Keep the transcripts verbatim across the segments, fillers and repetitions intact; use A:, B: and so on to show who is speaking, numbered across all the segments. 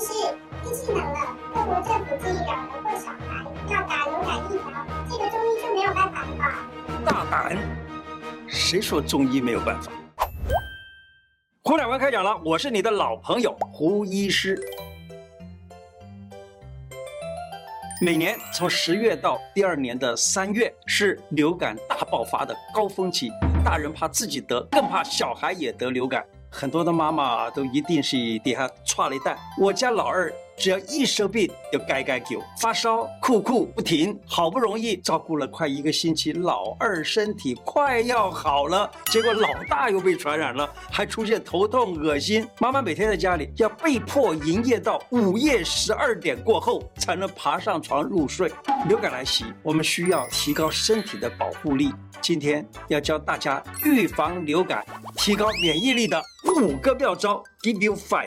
A: 是天气冷了，各国政府建议老人或小孩要打流感疫苗，这个中医就没有办法的吧？
B: 大胆！谁说中医没有办法？胡乃文开讲了，我是你的老朋友胡医师。每年从十月到第二年的三月是流感大爆发的高峰期，大人怕自己得，更怕小孩也得流感。很多的妈妈都一定是底下踹了一蛋。我家老二只要一生病就该该叫，发烧哭哭不停，好不容易照顾了快一个星期，老二身体快要好了，结果老大又被传染了，还出现头痛恶心。妈妈每天在家里要被迫营业到午夜十二点过后才能爬上床入睡。流感来袭，我们需要提高身体的保护力。今天要教大家预防流感、提高免疫力的五个妙招 ，Give you five。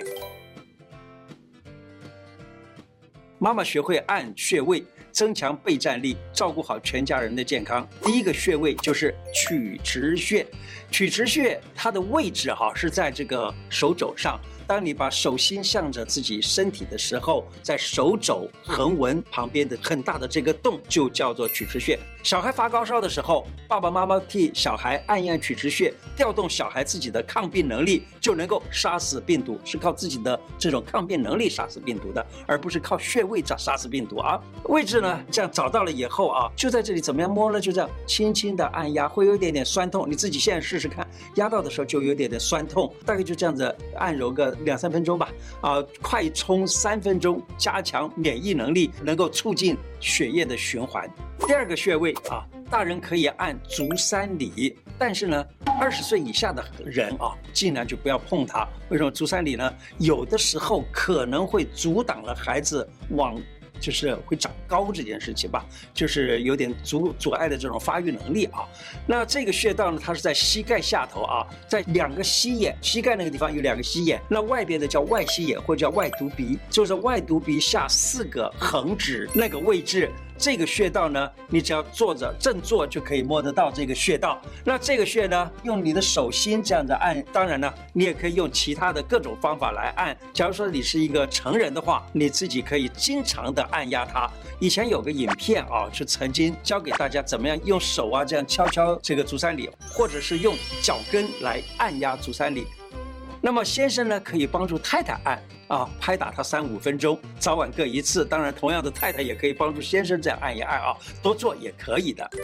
B: 妈妈学会按穴位，增强备战力，照顾好全家人的健康。第一个穴位就是曲池穴，曲池穴它的位置哈是在这个手肘上。当你把手心向着自己身体的时候，在手肘横纹旁边的很大的这个洞就叫做曲池穴。小孩发高烧的时候，爸爸妈妈替小孩按一按曲池穴，调动小孩自己的抗病能力，就能够杀死病毒，是靠自己的这种抗病能力杀死病毒的，而不是靠穴位杀死病毒啊。位置呢，这样找到了以后啊，就在这里怎么样摸呢？就这样轻轻的按压，会有一点点酸痛，你自己现在试试看，压到的时候就有一点点酸痛，大概就这样子按揉个两三分钟吧，啊，快冲三分钟，加强免疫能力，能够促进血液的循环。第二个穴位啊，大人可以按足三里，但是呢，二十岁以下的人啊，尽量就不要碰它。为什么足三里呢？有的时候可能会阻挡了孩子往。就是会长高这件事情吧，就是有点阻阻碍的这种发育能力啊。那这个穴道呢，它是在膝盖下头啊，在两个膝眼，膝盖那个地方有两个膝眼，那外边的叫外膝眼或者叫外犊鼻，就是外犊鼻下四个横指那个位置。这个穴道呢，你只要坐着正坐就可以摸得到这个穴道。那这个穴呢，用你的手心这样子按，当然呢，你也可以用其他的各种方法来按。假如说你是一个成人的话，你自己可以经常的按压它。以前有个影片啊，是曾经教给大家怎么样用手啊这样敲敲这个足三里，或者是用脚跟来按压足三里。那么先生呢，可以帮助太太按啊，拍打他三五分钟，早晚各一次。当然，同样的太太也可以帮助先生这样按一按啊，多做也可以的。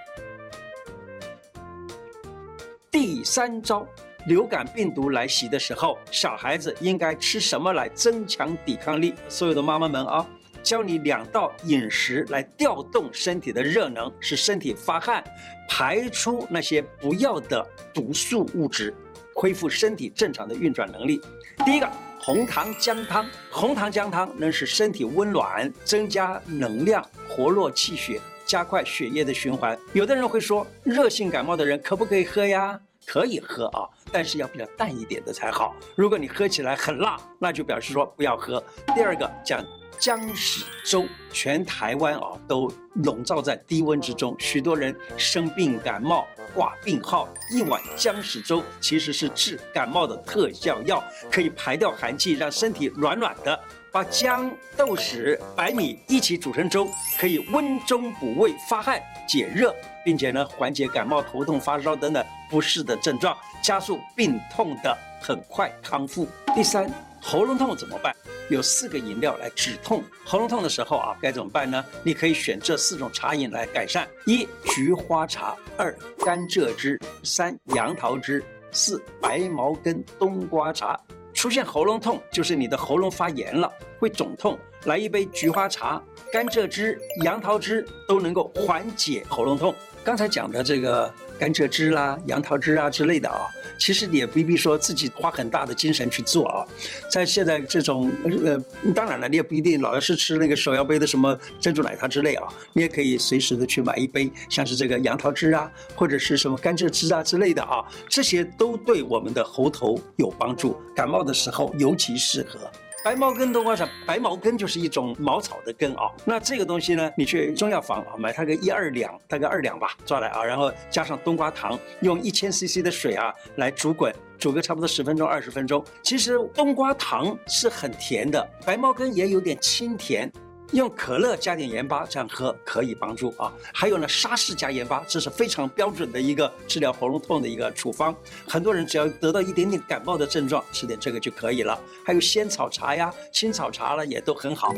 B: 第三招，流感病毒来袭的时候，小孩子应该吃什么来增强抵抗力？所有的妈妈们啊，教你两道饮食来调动身体的热能，使身体发汗，排出那些不要的毒素物质，恢复身体正常的运转能力。第一个，红糖姜汤。红糖姜汤能使身体温暖，增加能量，活络气血，加快血液的循环。有的人会说，热性感冒的人可不可以喝呀？可以喝啊，但是要比较淡一点的才好。如果你喝起来很辣，那就表示说不要喝。第二个讲姜屎粥，全台湾啊都笼罩在低温之中，许多人生病感冒挂病号，一碗姜屎粥其实是治感冒的特效药，可以排掉寒气，让身体软软的。把姜、豆豉、白米一起煮成粥，可以温中补胃、发汗解热，并且呢缓解感冒、头痛、发烧等等不适的症状，加速病痛的很快康复。第三，喉咙痛怎么办？有四个饮料来止痛。喉咙痛的时候啊，该怎么办呢？你可以选这四种茶饮来改善：一、菊花茶；二、甘蔗汁；三、杨桃汁；四、白茅根冬瓜茶。出现喉咙痛，就是你的喉咙发炎了，会肿痛。来一杯菊花茶、甘蔗汁、杨桃汁都能够缓解喉咙痛。刚才讲的这个甘蔗汁啦、杨桃汁啊之类的啊，其实你也不必说自己花很大的精神去做啊。在现在这种呃，当然了，你也不一定老是吃那个手摇杯的什么珍珠奶茶之类啊，你也可以随时的去买一杯，像是这个杨桃汁啊，或者是什么甘蔗汁啊之类的啊，这些都对我们的喉头有帮助，感冒的时候尤其适合。 白茅根冬瓜茶，白茅根就是一种茅草的根啊。那这个东西呢，你去中药房啊买它个一二两，大概二两吧，抓来啊，然后加上冬瓜糖，用一千 C C 的水啊来煮滚，煮个差不多十分钟、二十分钟。其实冬瓜糖是很甜的，白茅根也有点清甜。用可乐加点盐巴这样喝可以帮助啊。还有呢，沙士加盐巴，这是非常标准的一个治疗喉咙痛的一个处方。很多人只要得到一点点感冒的症状，吃点这个就可以了。还有仙草茶呀、青草茶了，也都很好。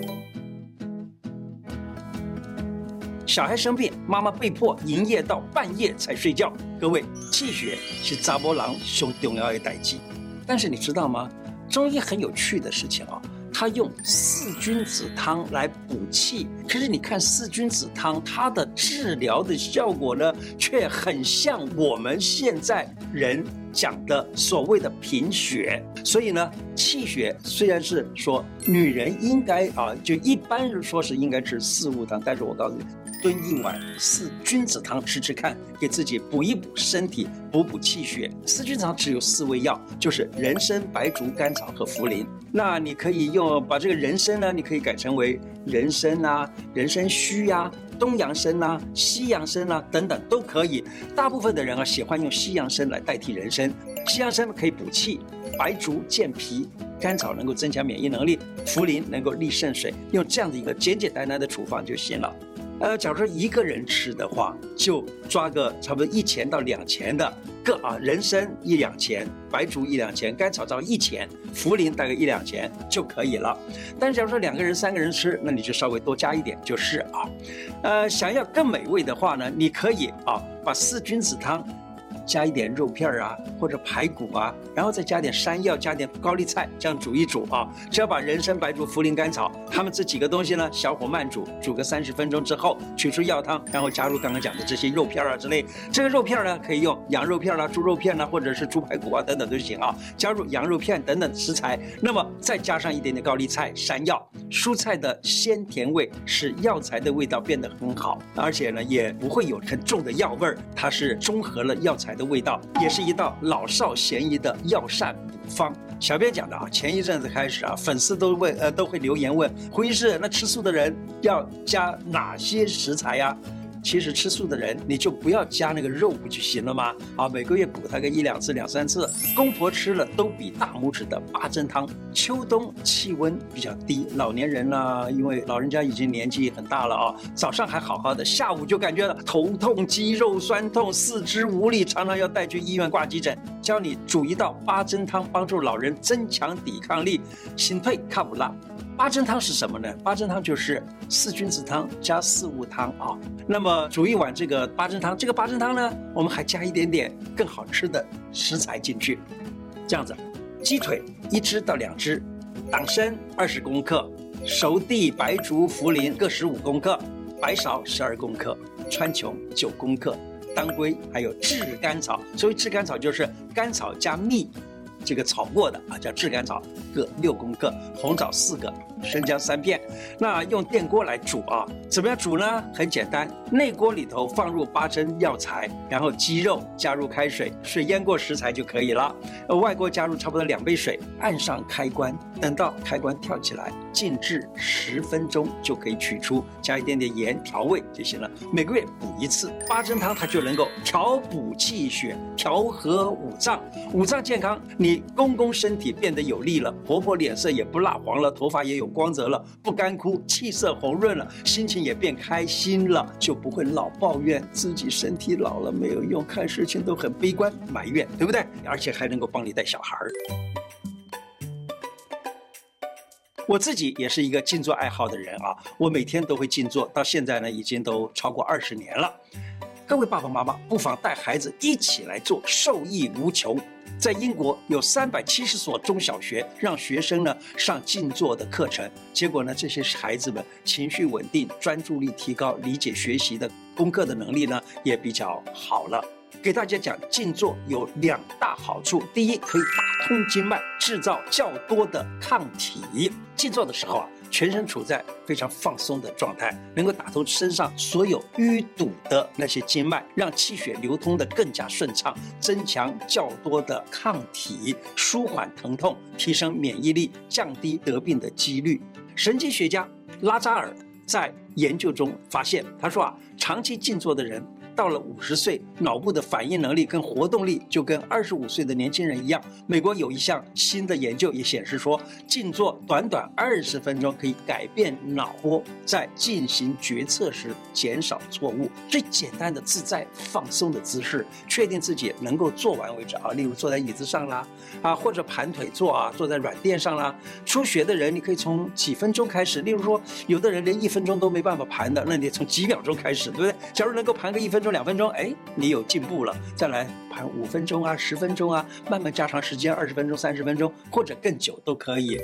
B: 小孩生病，妈妈被迫营业到半夜才睡觉。各位，气血是查某人最重要的代志。但是你知道吗？中医很有趣的事情啊。他用四君子汤来补气，可是你看四君子汤，它的治疗的效果呢，却很像我们现在人讲的所谓的贫血。所以呢，气血虽然是说女人应该啊，就一般说是应该吃四物汤，但是我告诉你，炖一碗四君子汤吃吃看，给自己补一补身体，补补气血。四君子汤只有四味药，就是人参、白术、甘草和茯苓。那你可以用把这个人参呢，你可以改成为人参啊、人参须呀、啊、东洋参啊、西洋参啊等等都可以。大部分的人啊喜欢用西洋参来代替人参，西洋参可以补气，白术健脾，甘草能够增强免疫能力，茯苓能够利肾水。用这样的一个简简单单的处方就行了。呃，假如说一个人吃的话，就抓个差不多一钱到两钱的个啊，人参一两钱，白术一两钱，甘草照一钱，茯苓大概一两钱就可以了。但是假如说两个人、三个人吃，那你就稍微多加一点就是啊。呃，想要更美味的话呢，你可以啊，把四君子汤加一点肉片啊，或者排骨啊，然后再加点山药，加点高丽菜，这样煮一煮啊。只要把人参、白术、茯苓、甘草，它们这几个东西呢，小火慢煮，煮个三十分钟之后，取出药汤，然后加入刚刚讲的这些肉片啊之类。这个肉片呢，可以用羊肉片啦、猪肉片啦，或者是猪排骨啊等等都行啊。加入羊肉片等等食材，那么再加上一点点高丽菜、山药，蔬菜的鲜甜味使药材的味道变得很好，而且呢，也不会有很重的药味儿，它是中和了药材的味道，也是一道老少咸宜的药膳补方。小编讲的啊，前一阵子开始啊，粉丝都问呃都会留言问胡医师，那吃素的人要加哪些食材呀、啊？其实吃素的人，你就不要加那个肉不就行了吗？啊，每个月补它个一两次、两三次。公婆吃了都比大拇指的八珍汤。秋冬气温比较低，老年人呢、啊，因为老人家已经年纪很大了啊，早上还好好的，下午就感觉到头痛、肌肉酸痛、四肢无力，常常要带去医院挂急诊。教你煮一道八珍汤，帮助老人增强抵抗力，心退卡不辣。八珍汤是什么呢？八珍汤就是四君子汤加四物汤啊。那么煮一碗这个八珍汤，这个八珍汤呢，我们还加一点点更好吃的食材进去。这样子，鸡腿一只到两只，党参二十公克，熟地、白术、茯苓各十五公克，白芍十二公克，川穹九公克，当归还有炙甘草。所谓炙甘草就是甘草加蜜。这个炒过的啊，叫炙甘草，各六公克，红枣四个，生姜三片。那用电锅来煮啊，怎么样煮呢？很简单，内锅里头放入八珍药材，然后鸡肉加入开水，水淹过食材就可以了。呃，外锅加入差不多两杯水，按上开关，等到开关跳起来，静置十分钟就可以取出，加一点点盐调味就行了。每个月补一次，八珍汤它就能够调补气血，调和五脏，五脏健康，你。你公公身体变得有力了，婆婆脸色也不蜡黄了，头发也有光泽了，不干枯，气色红润了，心情也变开心了，就不会老抱怨自己身体老了没有用，看事情都很悲观埋怨，对不对？而且还能够帮你带小孩儿。我自己也是一个静坐爱好的人啊，我每天都会静坐，到现在呢已经都超过二十年了。各位爸爸妈妈不妨带孩子一起来做，受益无穷。在英国有三百七十所中小学让学生呢上静坐的课程，结果呢这些孩子们情绪稳定，专注力提高，理解学习的功课的能力呢也比较好了。 给大家讲静坐有两大好处，第一，可以打通经脉，制造较多的抗体。静坐的时候啊，全身处在非常放松的状态，能够打通身上所有淤堵的那些经脉，让气血流通的更加顺畅，增强较多的抗体，舒缓疼痛，提升免疫力，降低得病的几率。神经学家拉扎尔在研究中发现，他说啊，长期静坐的人到了五十岁，脑部的反应能力跟活动力就跟二十五岁的年轻人一样。美国有一项新的研究也显示说，静坐短短二十分钟可以改变脑波，在进行决策时减少错误。最简单的自在放松的姿势，确定自己能够做完为止啊。例如坐在椅子上啦，啊或者盘腿坐啊，坐在软垫上啦。初学的人你可以从几分钟开始，例如说有的人连一分钟都没办法盘的，那你从几秒钟开始，对不对？假如能够盘个一分钟两分钟，哎，你有进步了，再来盘五分钟啊十分钟啊，慢慢加长时间，二十分钟三十分钟或者更久都可以。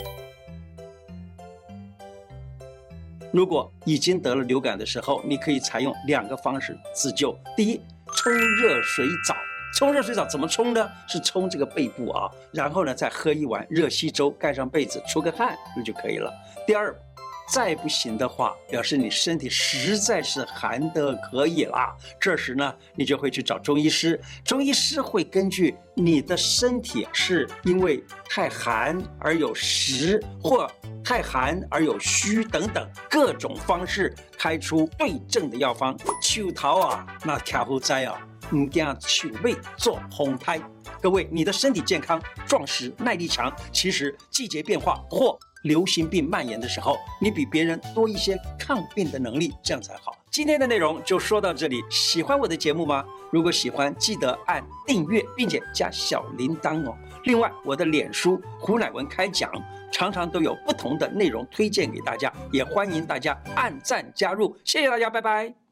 B: 如果已经得了流感的时候，你可以采用两个方式自救。第一，冲热水澡。冲热水澡怎么冲呢？是冲这个背部啊，然后呢再喝一碗热稀粥，盖上被子出个汗，那就可以了。第二，再不行的话，表示你身体实在是寒得可以啦。这时呢，你就会去找中医师，中医师会根据你的身体是因为太寒而有实，或太寒而有虚等等各种方式，开出对症的药方。手头啊，那卡好在啊，唔惊手尾做红胎。各位，你的身体健康、壮实、耐力强，其实季节变化或流行病蔓延的时候，你比别人多一些抗病的能力，这样才好。今天的内容就说到这里，喜欢我的节目吗？如果喜欢，记得按订阅，并且加小铃铛哦。另外，我的脸书胡乃文开讲，常常都有不同的内容推荐给大家，也欢迎大家按赞加入。谢谢大家，拜拜。